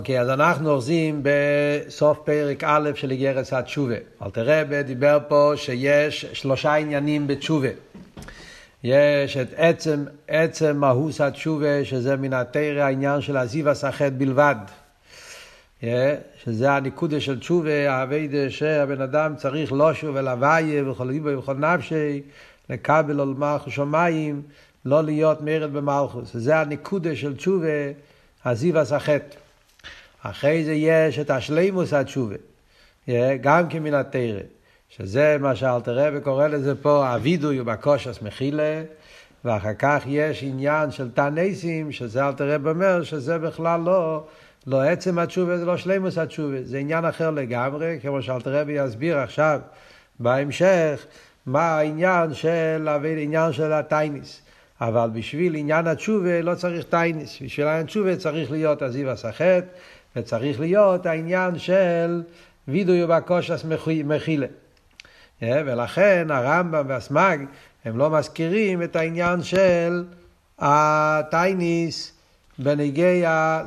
אוקיי, אז אנחנו אוחזים בסוף פרק א' של איגרת התשובה. אלתר רבי דיבר פה שיש שלושה עניינים בתשובה. יש את עצם מהות התשובה, שזה מן התורה העניין של עזיבת החטא בלבד. שזה הנקודה של תשובה, העבודה שהבן אדם צריך לשוב אל הוויה וכל ליבו וכל נפשי, לקבל עול מלכות שמיים, לא להיות מרד במלכות. זה הנקודה של תשובה, עזיבת החטא. אחרי זה יש את השלימוס התשובה, גם כמן התורה, שזה מה שאלתר רבי קורא לזה פה, הווידוי ובקושס מחילה, ואחר כך יש עניין של תנסים, שזה אלתר רבי אומר, שזה בכלל לא עצם התשובה, זה לא שלימוס התשובה, זה עניין אחר לגמרי, כמו שאלתר רבי יסביר עכשיו בהמשך, מה העניין של התייניס. אבל בשביל עניין התשובה לא צריך תייניס, בשביל העניין התשובה צריך להיות עזיבת החטא, וצריך להיות העניין של וידוי ובקושס מחילה. ולכן הרמב"ם והסמ"ג הם לא מזכירים את העניין של התייניס בנגיע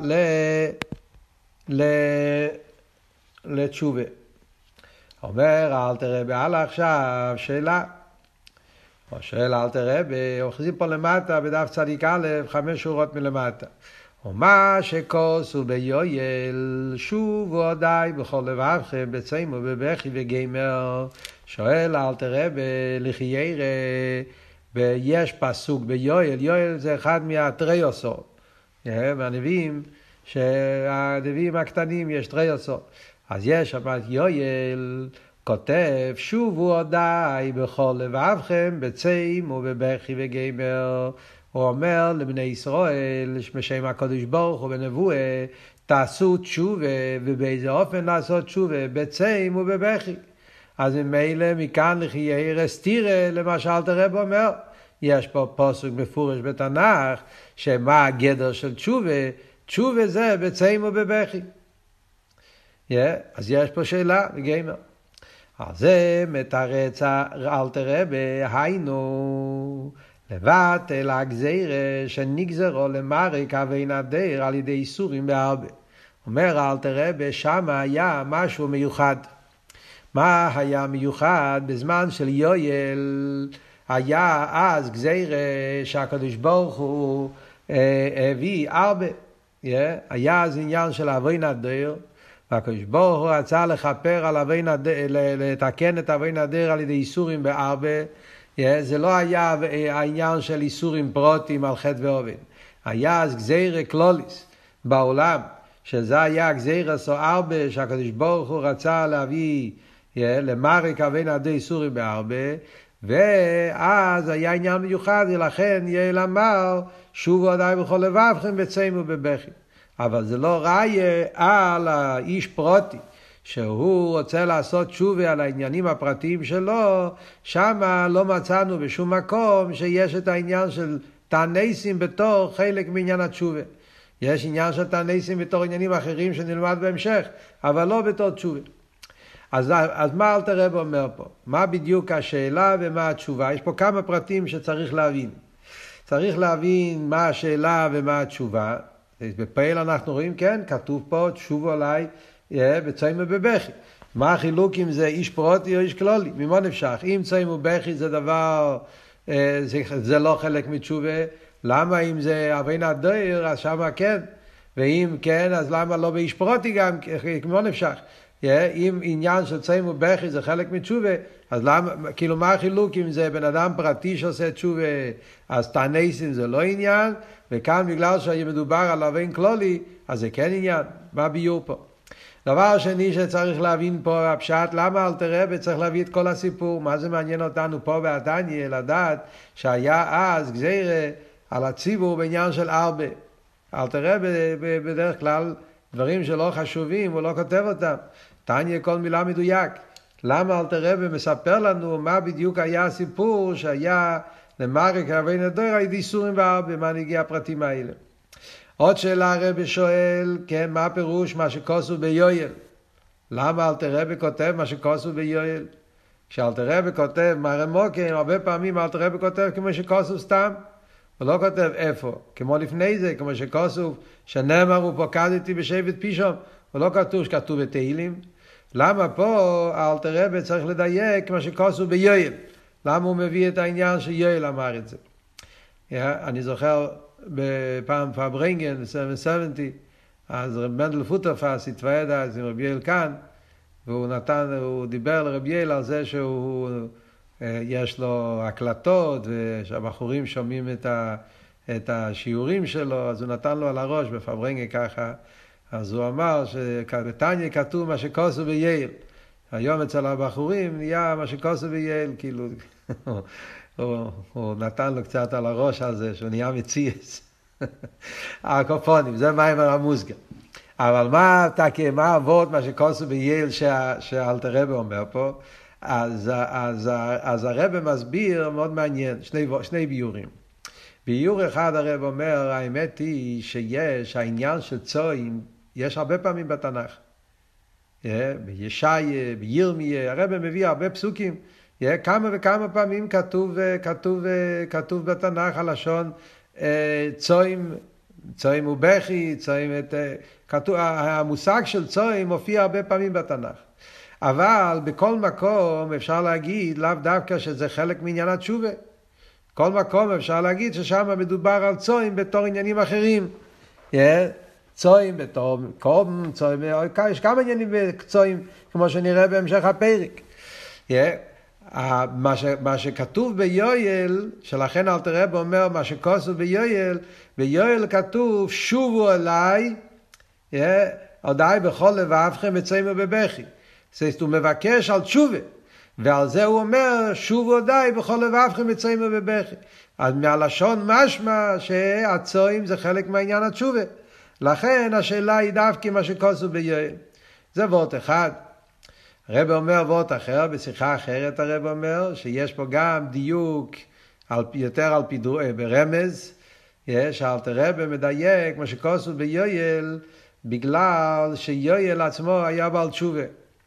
לתשובה. אומר אלתר רבי הלאה עכשיו שאלה. או שואל אלתר רבי, אוחזים פה למטה בדף צדיק א' 5 שורות מלמטה. ומה שכוסו ביואל שובו עדיי בכל לבבכם בציימו בבכי וגמר. שואל אלתר רבי לחיירה, יש פסוק ביואל, יואל זה אחד מהתריוסו, מהנביאים, שהנביאים הקטנים יש תריוסו. אז יש שם יואל כותב שובו עדיי בכל לבבכם בציימו בבכי וגמר. הוא אומר לבני ישראל, בשם הקדוש ברוך הוא בנבואה, תעשו תשובה, ובאיזה אופן לעשות תשובה? בציים ובבכי. אז ממילא מכאן לחיירה סתירה למה שאלתר רבי אומר. יש פה פסוק מפורש בתנ"ך, שמה הגדר של תשובה? תשובה זה בציים ובבכי. אז יש פה שאלה וגמר. אז זה מתרץ אלתר רבי, היינו לבטל הגזירה שנגזרו למרק אבין הדר על ידי איסורים בהרבה. אומר אלתר רבי, שם היה משהו מיוחד. מה היה מיוחד? בזמן של יואל היה אז גזירה שהקדוש ברוך הוא הביא הרבה. היה אז עניין של אבין הדר, והקדוש ברוך הוא רצה לכפר על אבין הדר, לתקן את אבין הדר על ידי איסורים בהרבה. זה לא היה העניין של איסורים פרוטים על חטא ועובד. היה אז גזירה קלוליס בעולם, שזה היה גזירה סו הרבה, שהקדוש ברוך הוא רצה להביא למרק אבין הדר איסורים בהרבה, ואז היה עניין מיוחד, ולכן יעל אמר, שובו עדיי בכל לבבכם בציימו בבכי. אבל זה לא ראיה על האיש פרוטי, שהוא רוצה לעשות תשובה על העניינים הפרטיים שלו, שם לא מצאנו בשום מקום שיש את העניין של תנסים בתור חלק מעניין התשובה. יש עניין של תנסים בתור עניינים אחרים שנלמד בהמשך, אבל לא בתור תשובה. אז מה אלתר רבי אומר פה? מה בדיוק השאלה ומה התשובה? יש פה כמה פרטים שצריך להבין. צריך להבין מה השאלה ומה התשובה. בפעיל אנחנו רואים, כן, כתוב פה תשובו עליי בציים ובבכי. מה החילוק אם זה איש פרוטי או איש כלולי? ממה נפשך? אם ציים ובכי זה דבר, זה לא חלק מתשובה, למה אם זה אבין הדר אז שמה כן? ואם כן אז למה לא באיש פרוטי גם? ממה נפשך? אם עניין של ציים ובכי זה חלק מתשובה, אז למה, כאילו מה החילוק אם זה בן אדם פרטי שעושה תשובה, אז תנסים זה לא עניין, וכאן בגלל שמדובר על אבין כלולי, אז זה כן עניין. מה ביור פה? דבר שני שצריך להבין פה הפשט, למה אלתר רבי צריך להביא את כל הסיפור? מה זה מעניין אותנו פה בעתניה לדעת שהיה אז גזירה על הציבור בעניין של הרבה. אלתר רבי בדרך כלל דברים שלא חשובים הוא לא כותב אותם. תניה כל מילה מדויק. למה אלתר רבי מספר לנו מה בדיוק היה הסיפור שהיה למרק אבין הדר על ידי איסורים בהרבה, מה נגיע הפרטים האלה? עוד שאלה הרבי שואל, כן, מה פירוש מה שכוסו ביואל? למה אלתר רבי כותב מה שכוסו ביואל? כשאלתר רבי כותב מרמוקם, הרבה פעמים אלתר רבי כותב כמו שכוסו סתם. הוא לא כותב איפה, כמו לפני זה, כמו שכוסוף, שנאמר ופוקדתי בשבט פישום, הוא לא כתוב שכתוב בתהילים. למה פה אלתר רבי צריך לדייק כמו שכוסוף ביואל? למה הוא מביא את העניין שיואל אמר את זה? אני זוכר בפעם פברנגן, 770, אז רב מנדל פוטרפס התוועד אז עם רבי יואל כאן, הוא דיבר לרבי יואל על זה שהוא, יש לו הקלטות, ושהבחורים שומעים את השיעורים שלו, אז הוא נתן לו על הראש בפברנגן ככה, אז הוא אמר שבתניא כתוב מה שכוסוף ביואל. היום אצל הבחורים נהיה מה שכוסוף ביואל, כאילו, הוא נתן לו קצת על הראש על זה, שהוא נהיה מציאס. הקופונים, זה מיימר המוסגר. אבל מה עבוד מה שכוסוף ביואל שאלתר רבי אומר פה? אז הרבי מסביר מאוד מעניין, שני ביורים. ביור אחד הרבי אומר, האמת היא שיש העניין של צועים, יש הרבה פעמים בתנ"ך. בישעיה, בירמיה, הרבי מביא הרבה פסוקים. כמה וכמה פעמים כתוב בתנ"ך הלשון צועים ובכי, המושג של צועים מופיע הרבה פעמים בתנ"ך. אבל בכל מקום אפשר להגיד, לאו דווקא שזה חלק מעניין התשובה. כל מקום אפשר להגיד ששם מדובר על צועים בתור עניינים אחרים. צועים בתור קום, צועים, יש כמה עניינים בצועים, כמו שנראה בהמשך הפרק. מה שכתוב ביואל, שלכן אלתר רבי אומר, מה שכוסוף ביואל, ביואל כתוב, שובו אליי, עדיי בכל לבבכם בצועים ובבכי. הוא מבקש על תשובה. ועל זה הוא אומר, שובו די בכל לבבכם בצועים ובבכי. אז מהלשון משמע שהצועים זה חלק מהעניין התשובה. לכן השאלה היא דווקא מה שכוסוף ביואל. זה וורט אחד. הרב אומר וורט אחר, בשיחה אחרת הרב אומר, שיש פה גם דיוק יותר על פי ברמז, שאלתר רבי מדייק מה שכוסוף ביואל, בגלל שיואל עצמו היה בעל תשובה.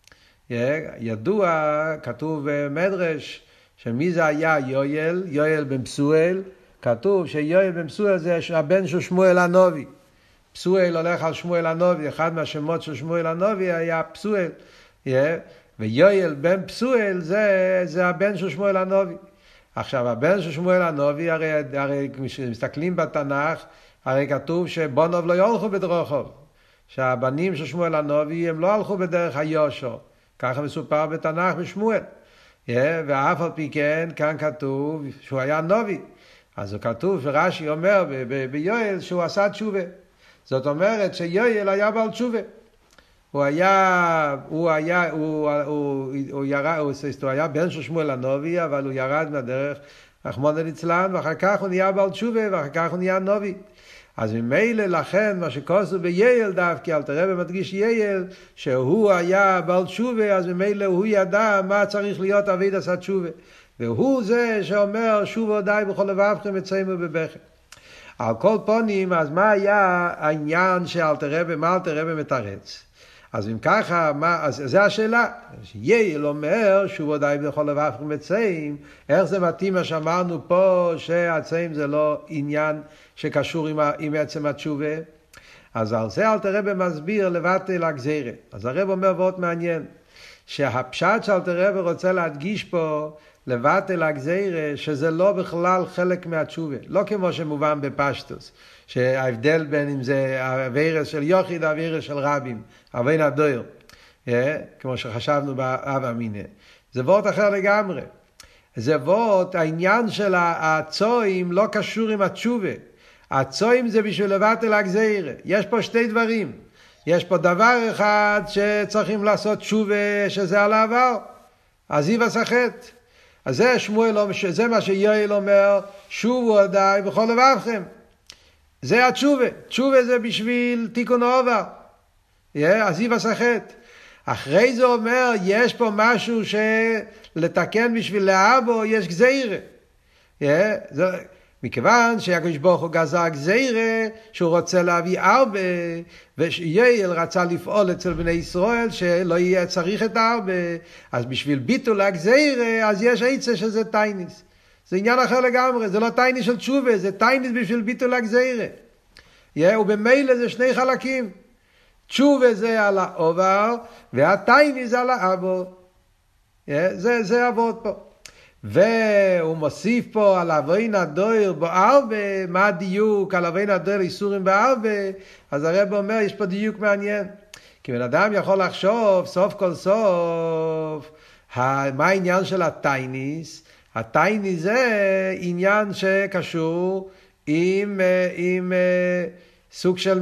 ידוע, כתוב במדרש, שמי זה היה יואל? יואל בן פסואל. כתוב שיואל בן פסואל זה הבן של שמואל הנביא. פסואל הולך על שמואל הנביא, אחד מהשמות של שמואל הנביא היה פסואל. ויואל בן פסואל זה הבן של שמואל הנביא. עכשיו הבן של שמואל הנביא, הרי כשמסתכלים בתנ"ך, הרי כתוב שבונוב לא יולכו בדרכיו. שהבנים של שמואל הנביא הם לא הלכו בדרך היושר. ככה מסופר בתנ"ך בשמואל. ואף על פי כן, כאן כתוב שהוא היה נביא. אז הוא כתוב, רש"י אומר ביואל שהוא עשה תשובה. זאת אומרת שיואל היה בעל תשובה. הוא היה בן של שמואל הנביא, אבל הוא ירד מהדרך רחמנא ליצלן, ואחר כך הוא נהיה בעל תשובה, ואחר כך הוא נהיה נביא. אז ממילא לכן מה שכוסוף ביואל דווקא, אלתר רבי מדגיש יואל, שהוא היה בעל תשובה, אז ממילא הוא ידע מה צריך להיות עבודת התשובה. והוא זה שאומר שובו די בכל לבבכם בצועים ובבכי. על כל פנים, אז מה היה העניין שאלתר רבי, מה אלתר רבי מתרץ? אז אם ככה, אז זה השאלה. יואל אומר שובו די בכל לבבכם בצועים, איך זה מתאים מה שאמרנו פה, שהצועים זה לא עניין שקשור עם עצם התשובה? אז על זה אלתר רבי מסביר לבטל הגזירה. אז הרב אומר ואות מעניין, שהפשט שאלתר רבי רוצה להדגיש פה, לבטל הגזירה, שזה לא בכלל חלק מהתשובה. לא כמו שמובן בפשטוס, שההבדל בין אם זה העבירה של יוחיד, העבירה של רבים, עביין הדויר, כמו שחשבנו באב אמינא. זה וורט אחר לגמרי. זה וורט, העניין של הצועים לא קשור עם התשובה. הצועים זה בשביל לבטל הגזירה. יש פה שתי דברים. יש פה דבר אחד שצריכים לעשות תשובה, שזה על העבר. עזיב הסחט. אז זה שמואל, זה מה שיואל אומר, שובו די בכל לבבכם. זה התשובה. תשובה זה בשביל תיקון העבר. עזיב הסחט. אחרי זה אומר, יש פה משהו שלתקן בשביל לאבו, יש גזירה. מכיוון שהקדוש ברוך הוא גזר גזירה, שהוא רוצה להביא הרבה, ויואל רצה לפעול אצל בני ישראל, שלא יהיה צריך את הרבה, אז בשביל ביטול הגזירה, אז יש עצה שזה טייניס. זה עניין אחר לגמרי, זה לא תייניס של תשובה, זה תייניס בשביל ביטול הגזירה. ובמילא זה שני חלקים. תשובה זה על העובר, והתייניס זה על האבו. זה עבוד פה. והוא מוסיף פה על אבוין הדויר בארבה, מה הדיוק על אבוין הדויר איסורים בארבה, אז הרב אומר, יש פה דיוק מעניין. כי בן אדם יכול לחשוב, סוף כל סוף, מה העניין של התייניס? התייניס זה עניין שקשור עם סוג של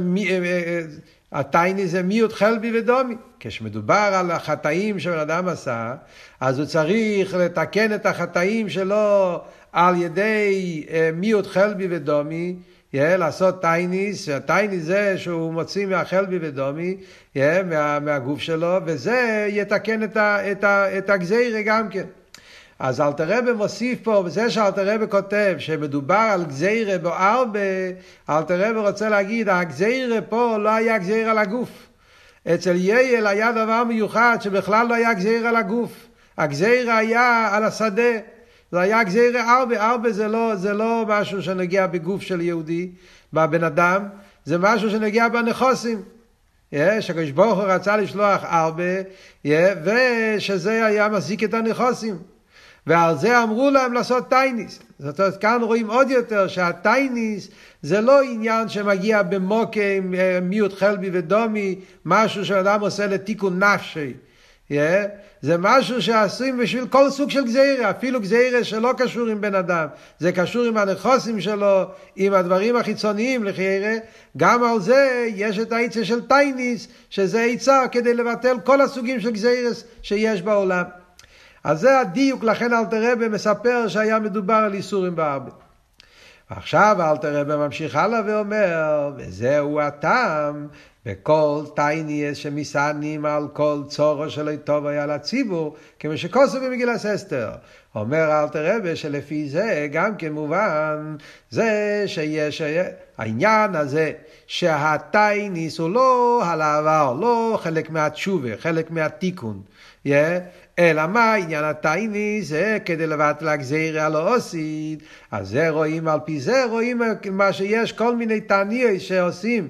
התייניס זה מיעוט חלבי ודומי. כשמדובר על החטאים שבן אדם עשה, אז הוא צריך לתקן את החטאים שלו על ידי מיעוט חלבי ודומי, לעשות תייניס, התייניס זה שהוא מוציא מהחלבי ודומי, מהגוף שלו, וזה יתקן את הגזירה גם כן. אז אלתר רבי מוסיף פה, וזה שאלתר רבי כותב, שמדובר על גזירה בארבה, אלתר רבי רוצה להגיד, הגזירה פה לא היה גזירה על הגוף. אצל יעל היה דבר מיוחד, שבכלל לא היה גזירה על הגוף. הגזירה היה על השדה. זה היה גזירה ארבה. ארבה זה לא משהו שנגיע בגוף של יהודי, בבן אדם, זה משהו שנגיע בנכוסים. שקדוש ברוך הוא רצה לשלוח ארבה, ושזה היה מזיק את הנכוסים. ועל זה אמרו להם לעשות תייניס. זאת אומרת, כאן רואים עוד יותר שהתייניס זה לא עניין שמגיע במוקם, מיעוט חלבי ודומי, משהו שאדם עושה לתיקון נפשי. זה משהו שעושים בשביל כל סוג של גזירה, אפילו גזירה שלא קשור עם בן אדם, זה קשור עם הנכוסים שלו, עם הדברים החיצוניים לחיירה, גם על זה יש את העיצה של תייניס, שזה עיצה כדי לבטל כל הסוגים של גזירס שיש בעולם. אז זה הדיוק, לכן אלתר רבי מספר שהיה מדובר על איסורים בארבה. עכשיו אלתר רבי ממשיך הלאה ואומר, וזהו הטעם בכל תייניס שמסענים על כל צורו שלא טוב היה לציבור, כמו שכוסו במגילת אסתר. אומר אלתר רבי שלפי זה גם כמובן, זה שיש העניין הזה, שהתייניס הוא לא על העבר, לא חלק מהתשובה, חלק מהתיקון. אלא מה עניין התייניס? זה כדי לבטל הגזירה הלא עושית. אז זה רואים, על פי זה רואים מה שיש, כל מיני תעניות שעושים.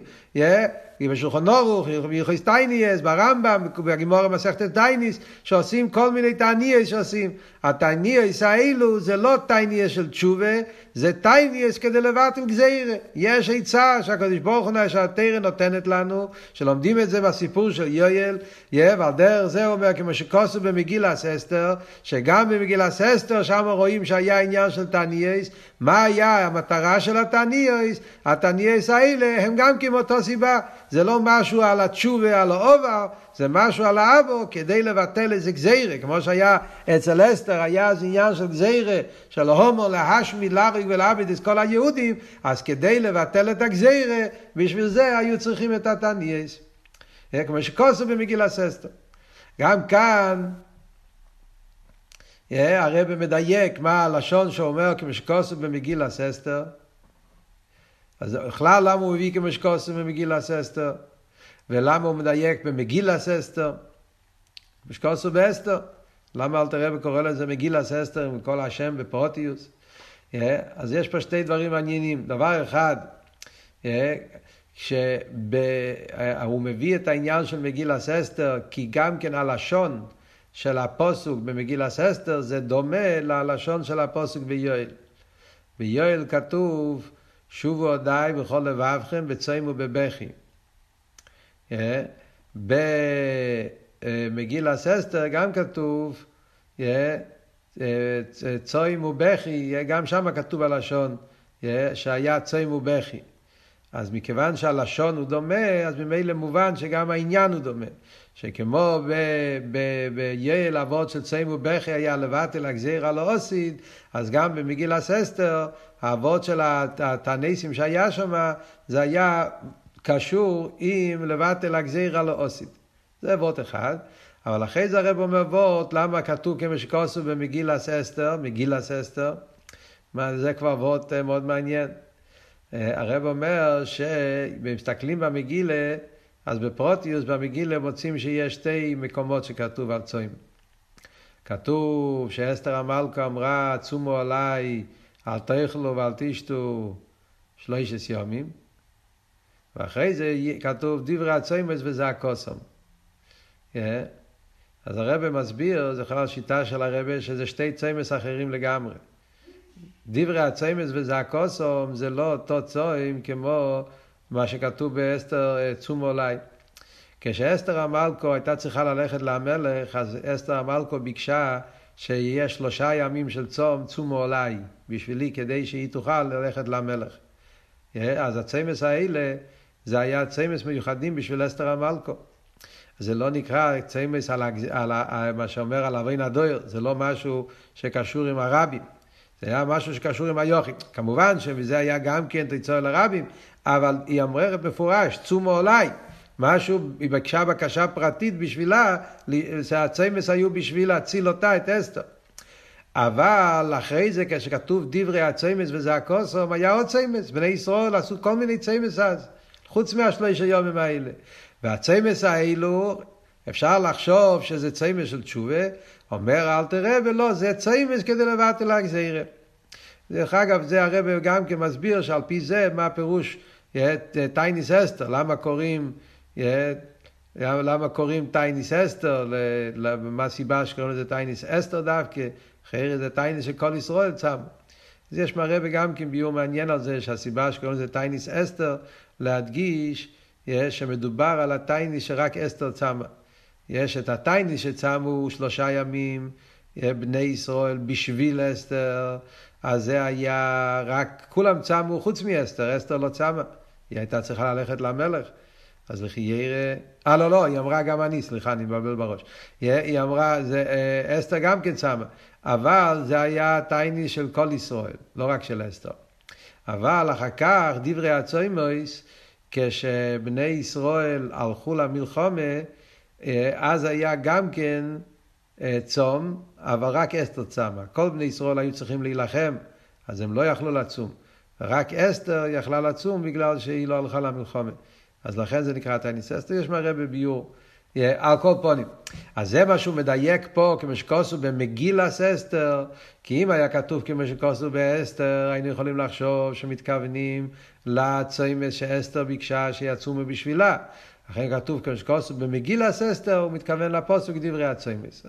בשולחן ערוך, בהלכות תייניס, ברמב"ם, בגמרא מסכת תייניס, שעושים כל מיני תעניות שעושים. התעניות האלו זה לא תעניות של תשובה, זה תעניות כדי לבטל גזירה. יש עצה שהקדוש ברוך הוא שהתורה נותנת לנו, שלומדים את זה בסיפור של יואל, ועל דרך זה אומר כמו שכתוב במגילת אסתר, שגם במגילת אסתר שם רואים שהיה עניין של תעניות. מה היה המטרה של התעניות? התעניות האלה הם גם כמותו סיבה. זה לא משהו על התשובה, על העובר, זה משהו על האבו, כדי לבטל איזה גזירה, כמו שהיה אצל אסתר, היה איזה עניין של גזירה, של הומו להשמיד, להרוג ולאבד את כל היהודים, אז כדי לבטל את הגזירה, בשביל זה היו צריכים את התעניות. כמו שכתוב במגילת אסתר. גם כאן, הרב מדייק מה הלשון שאומר כמו שכתוב במגילת אסתר. אז בכלל למה הוא מביא כמו שכתוב במגילת אסתר? ולמה הוא מדייק במגילת אסתר? כמו שכתוב באסתר. למה אלתר רבי קורא לזה מגילת אסתר עם כל השם בפרוטיוס? אז יש פה שתי דברים מעניינים. דבר אחד, שהוא מביא את העניין של מגילת אסתר, כי גם כן הלשון של הפסוק במגילת אסתר זה דומה ללשון של הפסוק ביואל. ביואל כתוב שובו הודאי בכל לבבכם בצום ובבכי. במגילת אסתר גם כתוב צום ובכי, גם שם כתוב הלשון שהיה צום ובכי. אז מכיוון שהלשון הוא דומה, אז ממילא מובן שגם העניין הוא דומה. שכמו ביעל אבות של צום ובכי היה לבטל הגזירה הלא עושית, אז גם במגילת אסתר, האבות של התעניסים שהיה שם, זה היה קשור עם לבטל הגזירה הלא עושית. זה אבות אחד. אבל אחרי זה הרב אומר אבות, למה כתוב כמו שכתוב במגילת אסתר, מגילת אסתר, זה כבר אבות מאוד מעניין. הרב אומר שמסתכלים במגילה, אז בפרוטיוס במגילה מוצאים שיש שתי מקומות שכתוב על צום. כתוב שאסתר המלכה אמרה, צומו עליי, אל תאכלו ואל תשתו 3 ימים. ואחרי זה כתוב דברי הצומס וזה הקוסם. אז הרב מסביר, זה בכלל שיטה של הרב, שזה 2 צומס אחרים לגמרי. דברי הצומס וזה הקוסם זה לא אותו צום כמו מה שכתוב באסתר צומו עליי. כשאסתר המלכה הייתה צריכה ללכת למלך, אז אסתר המלכה ביקשה שיהיה 3 ימים של צומו עליי, בשבילי, כדי שהיא תוכל ללכת למלך. אז הצומס האלה, זה היה צומס מיוחדים בשביל אסתר המלכה. זה לא נקרא צומס על מה שאומר על אבין הדויר, זה לא משהו שקשור עם הרבים. זה היה משהו שקשור עם היוחים. כמובן שבזה היה גם כן תיצור לרבים, אבל היא אמרת בפורש, צומו עליי. משהו, היא בקשה בקשה פרטית בשבילה, שהצומס היו בשביל להציל אותה, את אסתר. אבל אחרי זה, כשכתוב דברי הצומס וזה הקוסם, היה עוד צומס. בני ישראל עשו כל מיני צומס אז, חוץ מה3 ימים האלה. והצומס האלו, אפשר לחשוב שזה צומס של תשובה, אומר אל תראה ולא, זה צומס כדי לבטל הגזירה. דרך אגב, זה הרב גם כמסביר שעל פי זה, מה הפירוש תייניס אסתר, למה קוראים תייניס אסתר, מה הסיבה שקוראים לזה תייניס אסתר דווקא, אחרי זה תייניס שכל ישראל צם. אז יש מהרב גם כן ביור מעניין על זה, שהסיבה שקוראים לזה תייניס אסתר, להדגיש שמדובר על התייניס שרק אסתר צמה. יש את התייניס שצמו 3 ימים, בני ישראל בשביל אסתר, אז זה היה רק, כולם צמו חוץ מאסתר, אסתר לא צמה. היא הייתה צריכה ללכת למלך. אז לכי יראה, לא, היא אמרה גם אני, סליחה, אני מבלבל בראש. היא אמרה, אסתר גם כן צמה, אבל זה היה תייניס של כל ישראל, לא רק של אסתר. אבל אחר כך, דברי הצומס, כשבני ישראל הלכו למלחמה, אז היה גם כן צום, אבל רק אסתר צמה. כל בני ישראל היו צריכים להילחם, אז הם לא יכלו לצום. רק אסתר יכלה לצום בגלל שהיא לא הלכה למלחמה. אז לכן זה נקרא תייניס אסתר, יש מראה בביור, על כל פונים. אז זה מה שהוא מדייק פה, כמו שכוסו במגילת אסתר, כי אם היה כתוב כמו שכוסו באסתר, היינו יכולים לחשוב שמתכוונים לצומס שאסתר ביקשה שיצומו בשבילה. לכן כתוב כמו שכוסו במגילת אסתר, הוא מתכוון לפסוק דברי הצומס.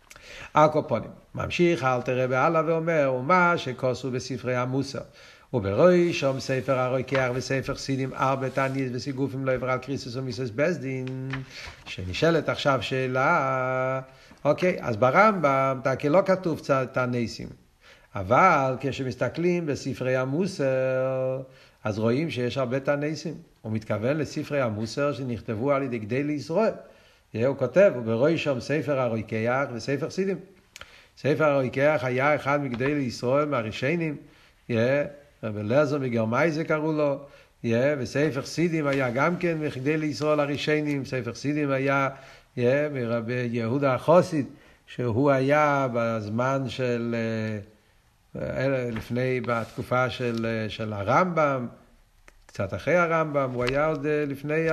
על כל פונים. ממשיך אלתר רבי הלאה ואומר, ומה שכוסו בספרי המוסר. ובראשם ספר הרוקח וספר סידים 4 תענית וסיגופים לא עבר על קריסוס ומיסוס בסדין. שנשאלת עכשיו שאלה, אוקיי, אז ברמב"ם תקי לא כתוב תעניסים, אבל כשמסתכלים בספרי המוסר אז רואים שיש הרבה תעניסים. הוא מתכוון לספרי המוסר שנכתבו על ידי גדולי ישראל. הוא כותב, ובראשם ספר הרוקח וספר סידים. ספר הרוקח היה אחד מגדולי ישראל מהראשונים, רבי אליעזר מגרמאי קראו לו, וספר סידים היה גם כן מגדולי ישראל הראשונים. ספר סידים היה מרבי יהודה החסיד, שהוא היה בזמן של, בתקופה של הרמב"ם, קצת אחרי הרמב"ם, הוא היה עוד לפני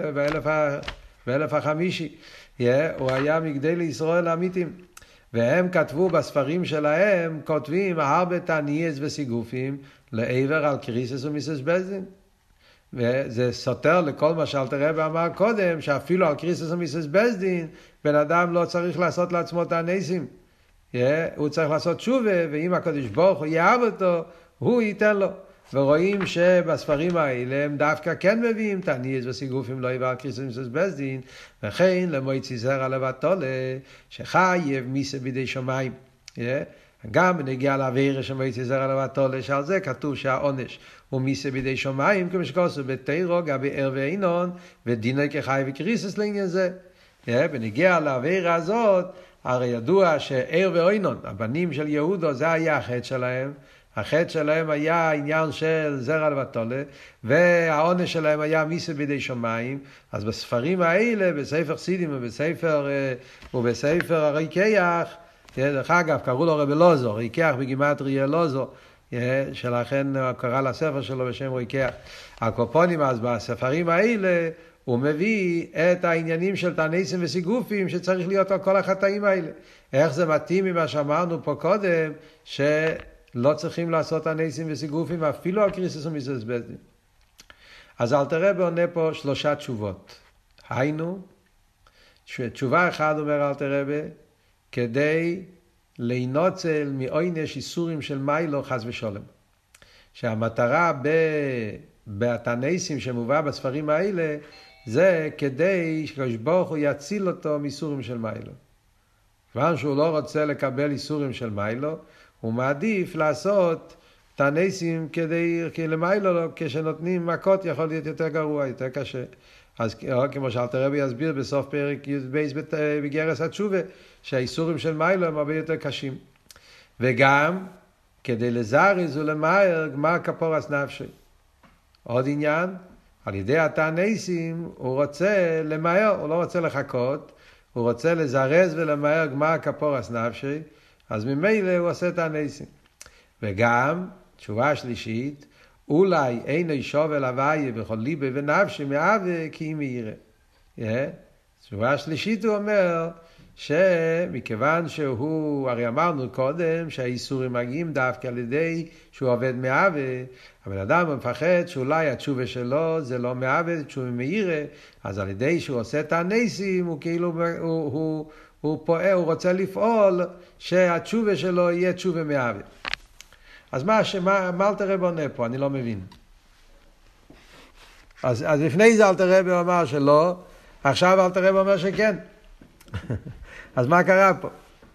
ב-1050, הוא היה מגדולי ישראל האמיתיים. והם כתבו בספרים שלהם, כותבים הרבה תעניות וסיגופים לעבר על קריסוס ומיסוס בסדין. וזה סותר לכל מה שאלתר רבי אמר קודם, שאפילו על קריסוס ומיסוס בסדין, בן אדם לא צריך לעשות לעצמו תעניסים. הוא צריך לעשות תשובה, ואם הקדוש ברוך הוא יאהב אותו, הוא ייתן לו. ורואים שבספרים האלה הם דווקא כן מביאים תעניות וסיגופים לא יבוא על קריסוס ומיסוס בסדין, וכן למועצי זרע לבטלה שחייב מיסה בידי שמיים. גם בנגיע לעבירה של מועצי זרע לבטלה, שעל זה כתוב שהעונש הוא מיסה בידי שמיים, כמו שכתוב בתורה גבי ער ואינון, ודינוי כחי וקריסוס לעניין זה. בנגיע לעבירה הזאת, הרי ידוע שער ואינון, הבנים של יהודה, זה היה החטא שלהם. החטא שלהם היה עניין של זרע לבטלה, והעונש שלהם היה מיסה בידי שמיים. אז בספרים האלה, בספר סידים ובספר הרוקח, דרך אגב, קראו לו רבי אלעזר, רוקח בגימטריה אלעזר, שלכן קרא לספר שלו בשם רוקח. הקופונים, אז בספרים האלה, הוא מביא את העניינים של תעניסים וסיגופים שצריך להיות על כל החטאים האלה. איך זה מתאים ממה שאמרנו פה קודם, שלא צריכים לעשות תעניסים וסיגופים אפילו על קריסוס ומיסוס בית דין. אז אלתר רבי עונה פה 3 תשובות. היינו, תשובה אחת אומר אלתר רבי, כדי להינוצל מעונש איסורים של מיילו חס ושלום. שהמטרה בתעניסים שמובא בספרים האלה, זה כדי שקדוש ברוך הוא יציל אותו מאיסורים של מיילו. כיוון שהוא לא רוצה לקבל איסורים של מיילו, הוא מעדיף לעשות תעניסים כי למיילו לו, כשנותנים מכות יכול להיות יותר גרוע, יותר קשה. אז כמו שאלתר רבי יסביר בסוף פרק י"ב בגרס התשובה, שהאיסורים של מיילו הם הרבה יותר קשים. וגם כדי לזרז ולמהר גמר כפורס נפשי. עוד עניין, על ידי התעניסים הוא רוצה למהר, הוא לא רוצה לחכות, הוא רוצה לזרז ולמהר גמר כפורס נפשי, אז ממילא הוא עושה תעניסים. וגם, תשובה שלישית, אולי אינו שובל הוויה בכל ליבה ונפשי מאווה כי אם יראה. תשובה שלישית הוא אומר שמכיוון שהוא, הרי אמרנו קודם שהאיסורים מגיעים דווקא על ידי שהוא עובד מאווה, הבן אדם מפחד שאולי התשובה שלו זה לא מאווה, תשובה מאירה, אז על ידי שהוא עושה תעניסים הוא כאילו, הוא פועל, הוא רוצה לפעול שהתשובה שלו יהיה תשובה מאווה. אז מה אלתר רבי עונה פה? אני לא מבין. אז לפני זה אלתר רבי אומר שלא, עכשיו אלתר רבי אומר שכן. אז מה קרה פה?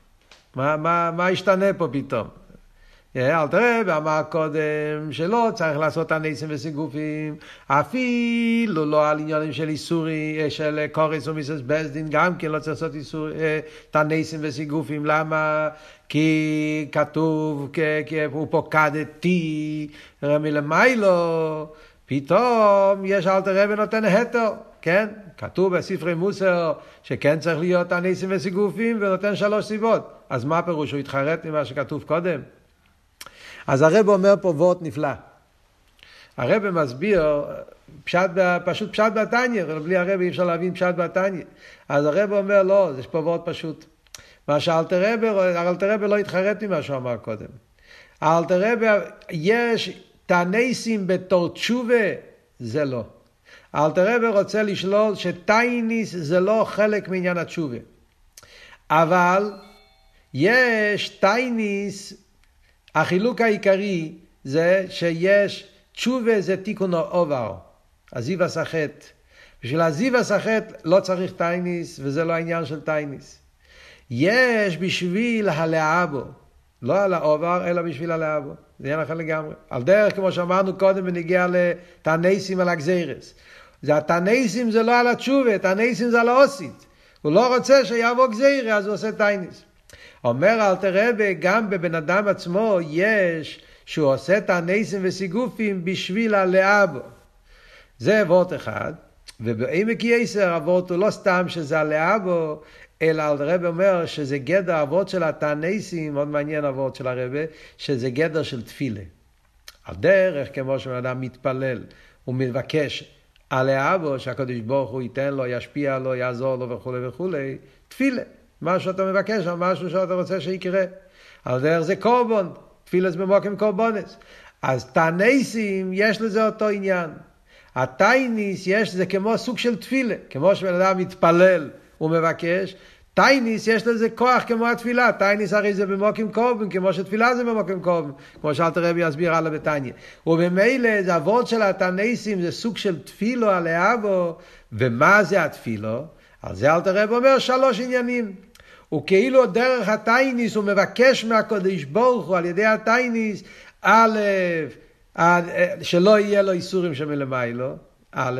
מה השתנה פה פתאום? אלתר רבי אמר קודם שלא צריך לעשות תעניסים וסיגופים, אפילו לא על עניינים של איסורי, של קורס ומיסוס בית דין, גם כן לא צריך לעשות תעניסים וסיגופים. למה? כי כתוב, הוא פוקדתי מלמיילו, פתאום יש אלתר רבי נותן היתר, כן? כתוב בספרי מוסר שכן צריך להיות תעניסים וסיגופים, ונותן 3 סיבות. אז מה פירוש? הוא התחרט ממה שכתוב קודם? אז הרב אומר פה וורט נפלא. הרב מסביר פשוט פשט בתניא, בלי הרב אי אפשר להבין פשט בתניא. אז הרב אומר לא, יש פה וורט פשוט. מה שאלתר רבי לא התחרט ממה שהוא אמר קודם. אלתר רבי, יש תעניסים בתור תשובה, זה לא. אלתר רבי רוצה לשלול שתעניס זה לא חלק מעניין התשובה. אבל יש תעניס, החילוק העיקרי זה שיש תשובה זה תיקון העובר, עזיב הסחט. בשביל עזיב הסחט לא צריך תעניס, וזה לא העניין של תעניס. יש בשביל הלאבו, לא על העובר, אלא בשביל הלאבו. זה יהיה לכם לגמרי. על דרך, כמו שאמרנו קודם, ונגיע לתעניסים על הגזירס. התעניסים זה לא על התשובה, תעניסים זה על האוסית. הוא לא רוצה שיעבור גזירה, אז הוא עושה תעניס. אומר אלתר רבי, גם בבן אדם עצמו יש שהוא עושה תעניסים וסיגופים בשביל הלאבו. זה וורט אחד. ובעמק יסר הוורט הוא לא סתם שזה הלאבו, אלא הרב אומר שזה גדר אבות של התעניסים, מאוד מעניין אבות של הרב, שזה גדר של תפילה. על דרך, כמו שאדם מתפלל, הוא מבקש על האבו, שהקדוש ברוך הוא ייתן לו, ישפיע לו, יעזור לו וכו' וכו', תפילה. מה שאתה מבקש, משהו שאתה רוצה שיקרה. על דרך זה קורבן, תפילה זה במוקם קורבנס. אז תעניסים, יש לזה אותו עניין. התעניס, יש זה כמו סוג של תפילה, כמו שבן אדם מתפלל, הוא מבקש, תעניס יש לזה כוח כמו התפילה, תעניס הרי זה במוקם קורבן, כמו שתפילה זה במוקם קורבן, כמו שאלתר רבי יסביר הלאה בתניא. ובמילא זה אבות של התעניסים, זה סוג של תפילו על האבו, ומה זה התפילו? על זה אלתר רבי אומר 3 עניינים. וכאילו דרך התעניס הוא מבקש מהקדוש ברוך הוא על ידי התעניס, א', שלא יהיה לו איסורים שמלמיילו, א',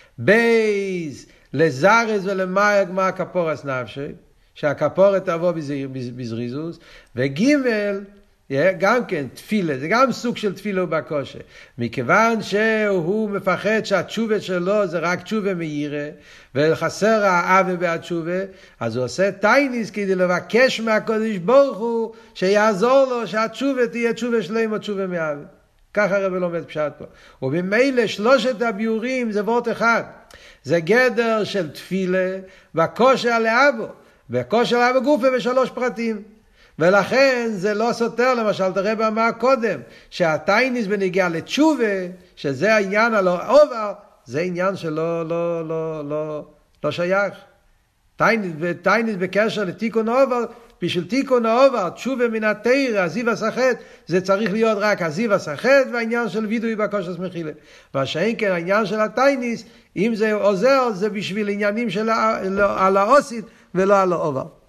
בייס, לזרז ולמאי גמר כפורס נפשי, שהכפורת תבוא בזריזוס, וגימל, גם כן תפילה, זה גם סוג של תפילה ובקושה, מכיוון שהוא מפחד שהתשובה שלו זה רק תשובה מהירה, וחסר האווה בהתשובה, אז הוא עושה תעניס כדי לבקש מהקדוש ברוך הוא, שיעזור לו שהתשובה תהיה תשובה שלמה, תשובה מהאווה. ככה הרב לומד פשט פה. ובמילא 3 הביורים זה וורט אחד. זה גדר של תפילה והכושר לאבו, וכושר לאבו גופה בשלוש פרטים. ולכן זה לא סותר, למשל תראה במה קודם, שהטייניס בנגיעה לתשובה, שזה העניין על העובר, זה עניין שלא לא שייך. טייניס בקשר לתיקון העובר, בשביל תיקון העובר, תשובה מן התורה, עזיב הסחט, זה צריך להיות רק עזיב הסחט, והעניין של וידוי בקושס מחילה. והשאין כן העניין של הטייניס, אם זה עוזר, זה בשביל עניינים של על האוסית ולא על העובר.